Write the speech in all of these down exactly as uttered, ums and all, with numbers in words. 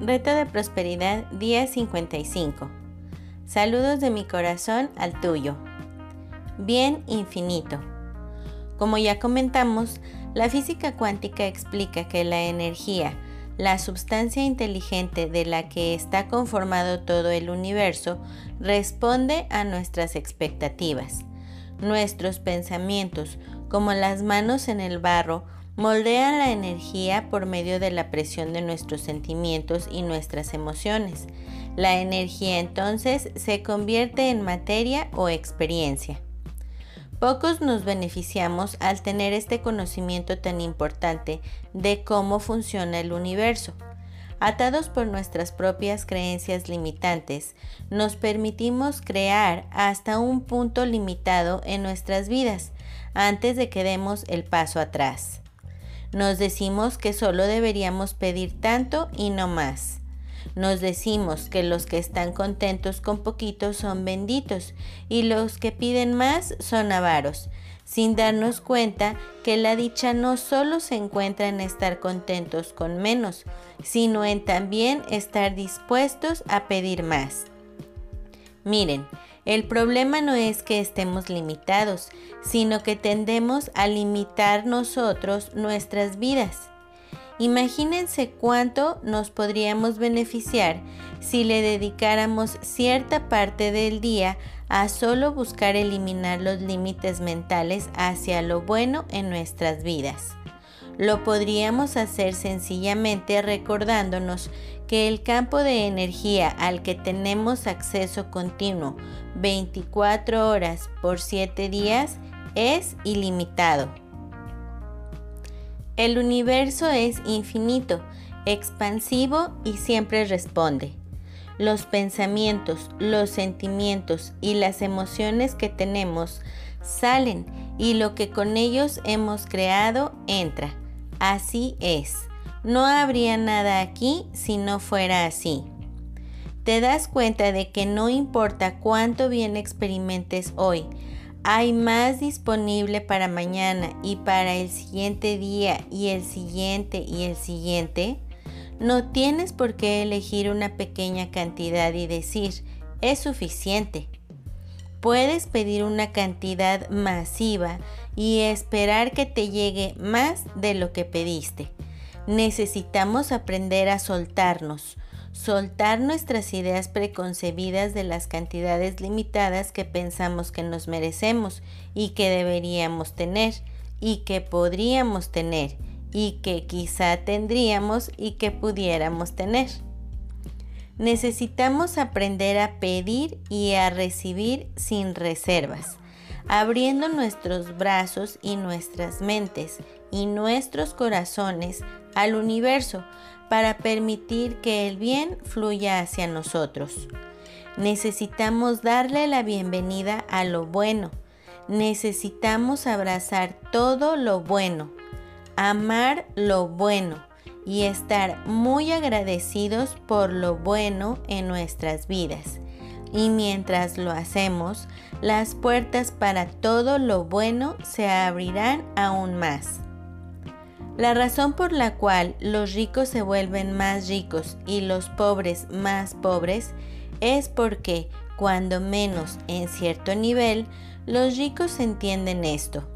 Reto de prosperidad, día cincuenta y cinco. Saludos de mi corazón al tuyo. Bien infinito. Como ya comentamos, la física cuántica explica que la energía, la sustancia inteligente de la que está conformado todo el universo, responde a nuestras expectativas. Nuestros pensamientos, como las manos en el barro, moldean la energía por medio de la presión de nuestros sentimientos y nuestras emociones. La energía entonces se convierte en materia o experiencia. Pocos nos beneficiamos al tener este conocimiento tan importante de cómo funciona el universo. Atados por nuestras propias creencias limitantes, nos permitimos crear hasta un punto limitado en nuestras vidas antes de que demos el paso atrás. Nos decimos que solo deberíamos pedir tanto y no más. Nos decimos que los que están contentos con poquito son benditos y los que piden más son avaros, sin darnos cuenta que la dicha no solo se encuentra en estar contentos con menos, sino en también estar dispuestos a pedir más. Miren, el problema no es que estemos limitados, sino que tendemos a limitar nosotros nuestras vidas. Imagínense cuánto nos podríamos beneficiar si le dedicáramos cierta parte del día a solo buscar eliminar los límites mentales hacia lo bueno en nuestras vidas. Lo podríamos hacer sencillamente recordándonos que el campo de energía al que tenemos acceso continuo veinticuatro horas por siete días es ilimitado. El universo es infinito, expansivo y siempre responde. Los pensamientos, los sentimientos y las emociones que tenemos salen y lo que con ellos hemos creado entra. Así es. No habría nada aquí si no fuera así. Te das cuenta de que no importa cuánto bien experimentes hoy, hay más disponible para mañana y para el siguiente día y el siguiente y el siguiente. No tienes por qué elegir una pequeña cantidad y decir, es suficiente. Puedes pedir una cantidad masiva y esperar que te llegue más de lo que pediste. Necesitamos aprender a soltarnos, soltar nuestras ideas preconcebidas de las cantidades limitadas que pensamos que nos merecemos y que deberíamos tener y que podríamos tener y que quizá tendríamos y que pudiéramos tener. Necesitamos aprender a pedir y a recibir sin reservas, abriendo nuestros brazos y nuestras mentes y nuestros corazones al universo para permitir que el bien fluya hacia nosotros. Necesitamos darle la bienvenida a lo bueno. Necesitamos abrazar todo lo bueno, amar lo bueno y estar muy agradecidos por lo bueno en nuestras vidas. Y mientras lo hacemos, las puertas para todo lo bueno se abrirán aún más. La razón por la cual los ricos se vuelven más ricos y los pobres más pobres es porque, cuando menos en cierto nivel, los ricos entienden esto.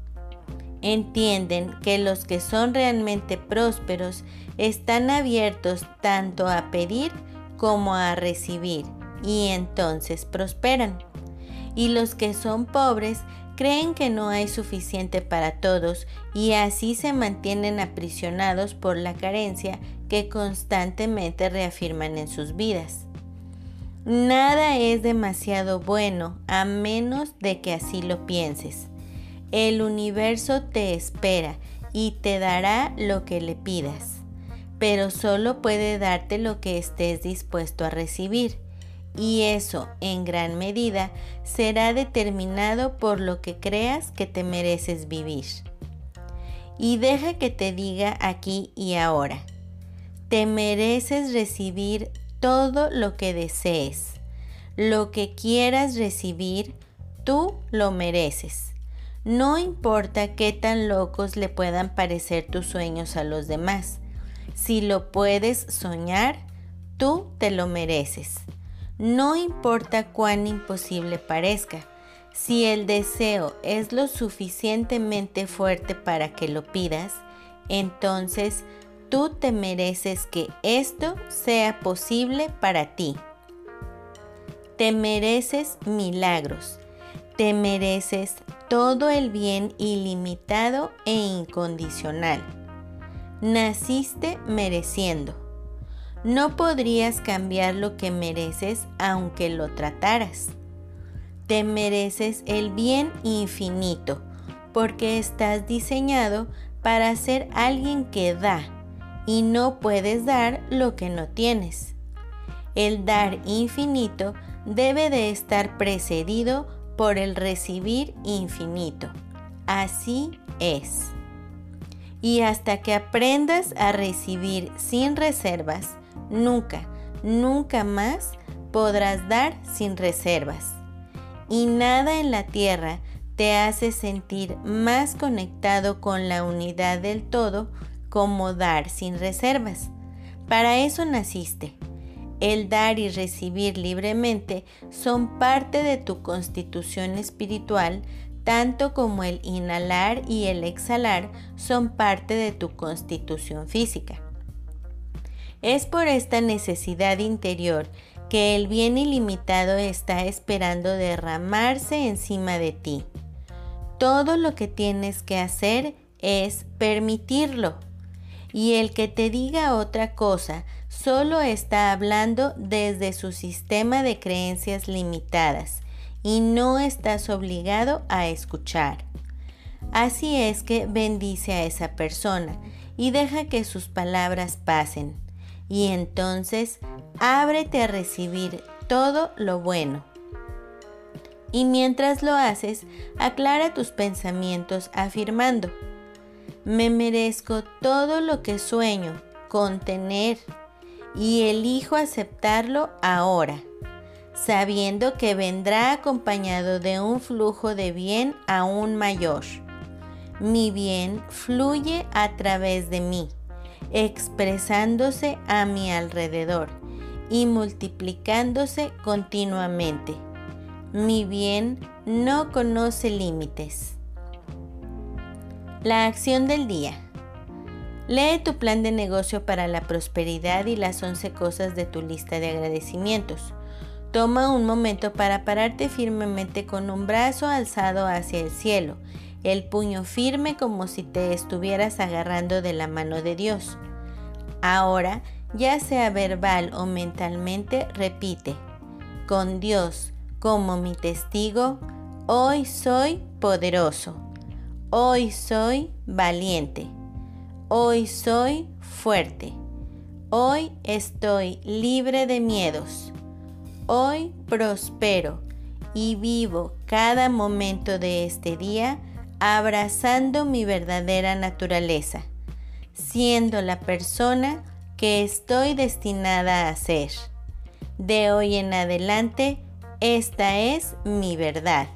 Entienden que los que son realmente prósperos están abiertos tanto a pedir como a recibir y entonces prosperan. Y los que son pobres creen que no hay suficiente para todos y así se mantienen aprisionados por la carencia que constantemente reafirman en sus vidas. Nada es demasiado bueno a menos de que así lo pienses. El universo te espera y te dará lo que le pidas, pero solo puede darte lo que estés dispuesto a recibir. Y eso, en gran medida, será determinado por lo que creas que te mereces vivir. Y deja que te diga aquí y ahora, te mereces recibir todo lo que desees. Lo que quieras recibir, tú lo mereces. No importa qué tan locos le puedan parecer tus sueños a los demás. Si lo puedes soñar, Tú te lo mereces. No importa cuán imposible parezca. Si el deseo es lo suficientemente fuerte para que lo pidas, entonces tú te mereces que esto sea posible para ti. Te mereces milagros. Te mereces todo el bien ilimitado e incondicional. Naciste mereciendo. No podrías cambiar lo que mereces aunque lo trataras. Te mereces el bien infinito porque estás diseñado para ser alguien que da y no puedes dar lo que no tienes. El dar infinito debe de estar precedido por el recibir infinito. Así es. Y hasta que aprendas a recibir sin reservas, nunca, nunca más podrás dar sin reservas. Y nada en la tierra te hace sentir más conectado con la unidad del todo como dar sin reservas. Para eso naciste. El dar y recibir libremente son parte de tu constitución espiritual, tanto como el inhalar y el exhalar son parte de tu constitución física. Es por esta necesidad interior que el bien ilimitado está esperando derramarse encima de ti. Todo lo que tienes que hacer es permitirlo. Y el que te diga otra cosa solo está hablando desde su sistema de creencias limitadas y no estás obligado a escuchar. Así es que bendice a esa persona y deja que sus palabras pasen. Y entonces ábrete a recibir todo lo bueno. Y mientras lo haces, aclara tus pensamientos afirmando: me merezco todo lo que sueño con tener y elijo aceptarlo ahora, sabiendo que vendrá acompañado de un flujo de bien aún mayor. Mi bien fluye a través de mí, expresándose a mi alrededor y multiplicándose continuamente. Mi bien no conoce límites. La acción del día. Lee tu plan de negocio para la prosperidad y las once cosas de tu lista de agradecimientos. Toma un momento para pararte firmemente con un brazo alzado hacia el cielo, el puño firme como si te estuvieras agarrando de la mano de Dios. Ahora, ya sea verbal o mentalmente, repite: con Dios como mi testigo, hoy soy poderoso. Hoy soy valiente. Hoy soy fuerte. Hoy estoy libre de miedos. Hoy prospero y vivo cada momento de este día abrazando mi verdadera naturaleza, siendo la persona que estoy destinada a ser. De hoy en adelante, esta es mi verdad.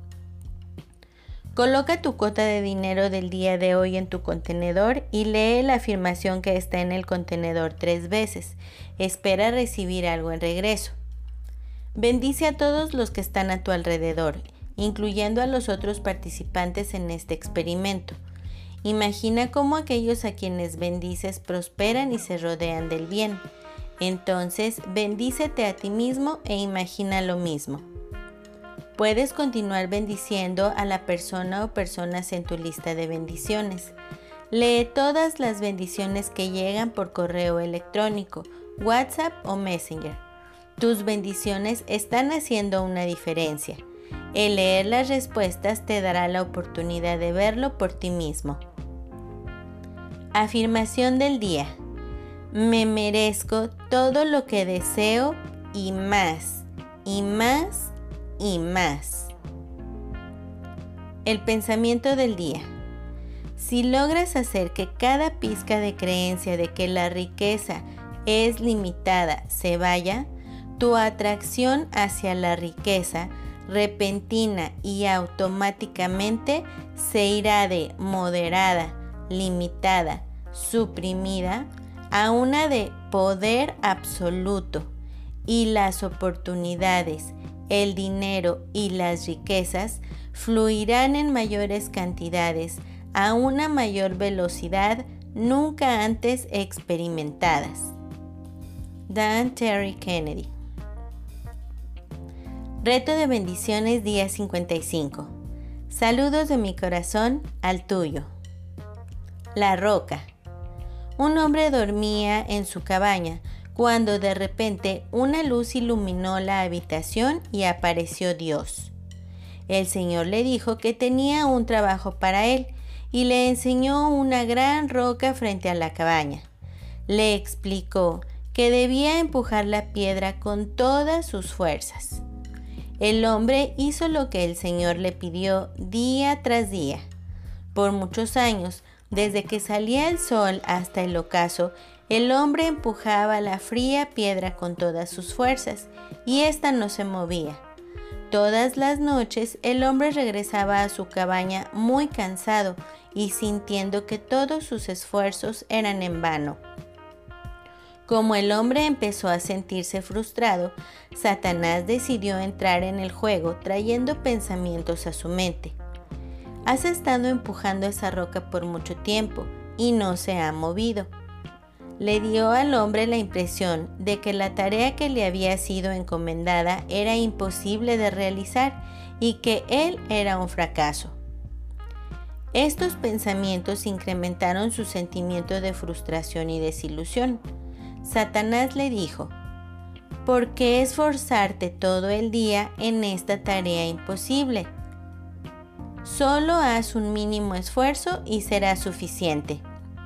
Coloca tu cuota de dinero del día de hoy en tu contenedor y lee la afirmación que está en el contenedor tres veces. Espera recibir algo en regreso. Bendice a todos los que están a tu alrededor, incluyendo a los otros participantes en este experimento. Imagina cómo aquellos a quienes bendices prosperan y se rodean del bien. Entonces, bendícete a ti mismo e imagina lo mismo. Puedes continuar bendiciendo a la persona o personas en tu lista de bendiciones. Lee todas las bendiciones que llegan por correo electrónico, WhatsApp o Messenger. Tus bendiciones están haciendo una diferencia. El leer las respuestas te dará la oportunidad de verlo por ti mismo. Afirmación del día. Me merezco todo lo que deseo y más, y más, y más. El pensamiento del día. Si logras hacer que cada pizca de creencia de que la riqueza es limitada se vaya, tu atracción hacia la riqueza repentina y automáticamente se irá de moderada, limitada, suprimida a una de poder absoluto, y las oportunidades, el dinero y las riquezas fluirán en mayores cantidades a una mayor velocidad nunca antes experimentadas. Dan Terry Kennedy. Reto de bendiciones día cincuenta y cinco. Saludos de mi corazón al tuyo. La roca. Un hombre dormía en su cabaña cuando de repente una luz iluminó la habitación y apareció Dios. El Señor le dijo que tenía un trabajo para él y le enseñó una gran roca frente a la cabaña. Le explicó que debía empujar la piedra con todas sus fuerzas. El hombre hizo lo que el Señor le pidió día tras día. Por muchos años, desde que salía el sol hasta el ocaso, el hombre empujaba la fría piedra con todas sus fuerzas y ésta no se movía. Todas las noches el hombre regresaba a su cabaña muy cansado y sintiendo que todos sus esfuerzos eran en vano. Como el hombre empezó a sentirse frustrado, Satanás decidió entrar en el juego trayendo pensamientos a su mente. Has estado empujando esa roca por mucho tiempo y no se ha movido. Le dio al hombre la impresión de que la tarea que le había sido encomendada era imposible de realizar y que él era un fracaso. Estos pensamientos incrementaron su sentimiento de frustración y desilusión. Satanás le dijo: ¿por qué esforzarte todo el día en esta tarea imposible? Solo haz un mínimo esfuerzo y será suficiente.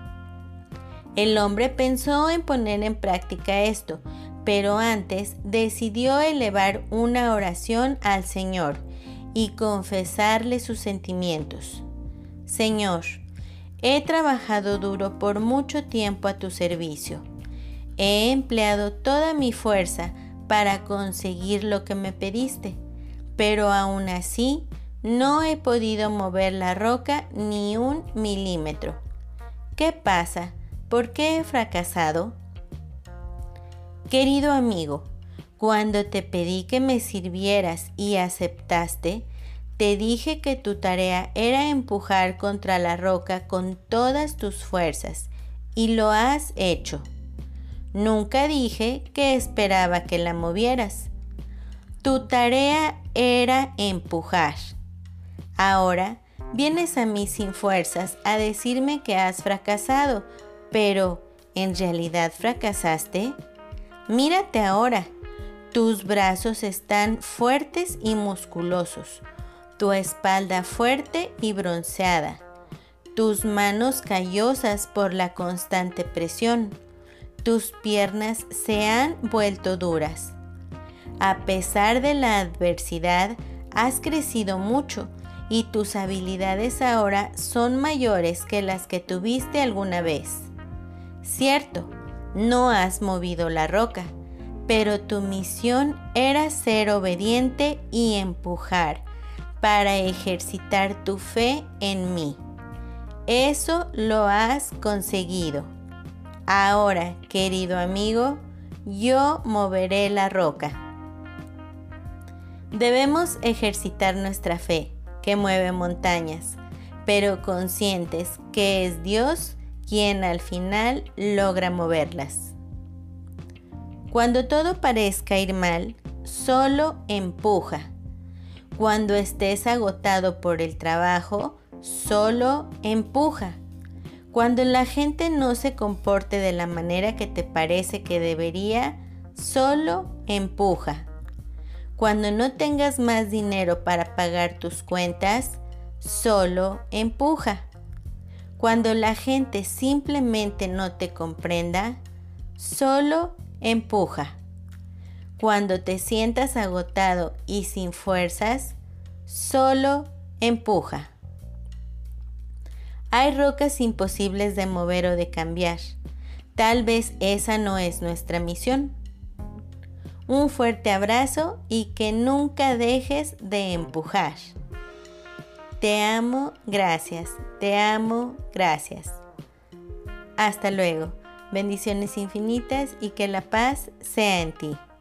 El hombre pensó en poner en práctica esto, pero antes decidió elevar una oración al Señor y confesarle sus sentimientos. Señor, he trabajado duro por mucho tiempo a tu servicio. He empleado toda mi fuerza para conseguir lo que me pediste, pero aún así no he podido mover la roca ni un milímetro. ¿Qué pasa? ¿Por qué he fracasado? Querido amigo, cuando te pedí que me sirvieras y aceptaste, te dije que tu tarea era empujar contra la roca con todas tus fuerzas, y lo has hecho. Nunca dije que esperaba que la movieras. Tu tarea era empujar. Ahora vienes a mí sin fuerzas a decirme que has fracasado, pero ¿en realidad fracasaste? Mírate ahora. Tus brazos están fuertes y musculosos, tu espalda fuerte y bronceada, tus manos callosas por la constante presión, tus piernas se han vuelto duras. A pesar de la adversidad, has crecido mucho y tus habilidades ahora son mayores que las que tuviste alguna vez. Cierto, no has movido la roca, pero tu misión era ser obediente y empujar para ejercitar tu fe en mí. Eso lo has conseguido. Ahora, querido amigo, yo moveré la roca. Debemos ejercitar nuestra fe, que mueve montañas, pero conscientes que es Dios quien al final logra moverlas. Cuando todo parezca ir mal, solo empuja. Cuando estés agotado por el trabajo, solo empuja. Cuando la gente no se comporte de la manera que te parece que debería, solo empuja. Cuando no tengas más dinero para pagar tus cuentas, solo empuja. Cuando la gente simplemente no te comprenda, solo empuja. Cuando te sientas agotado y sin fuerzas, solo empuja. Hay rocas imposibles de mover o de cambiar. Tal vez esa no es nuestra misión. Un fuerte abrazo y que nunca dejes de empujar. Te amo, gracias. Te amo, gracias. Hasta luego. Bendiciones infinitas y que la paz sea en ti.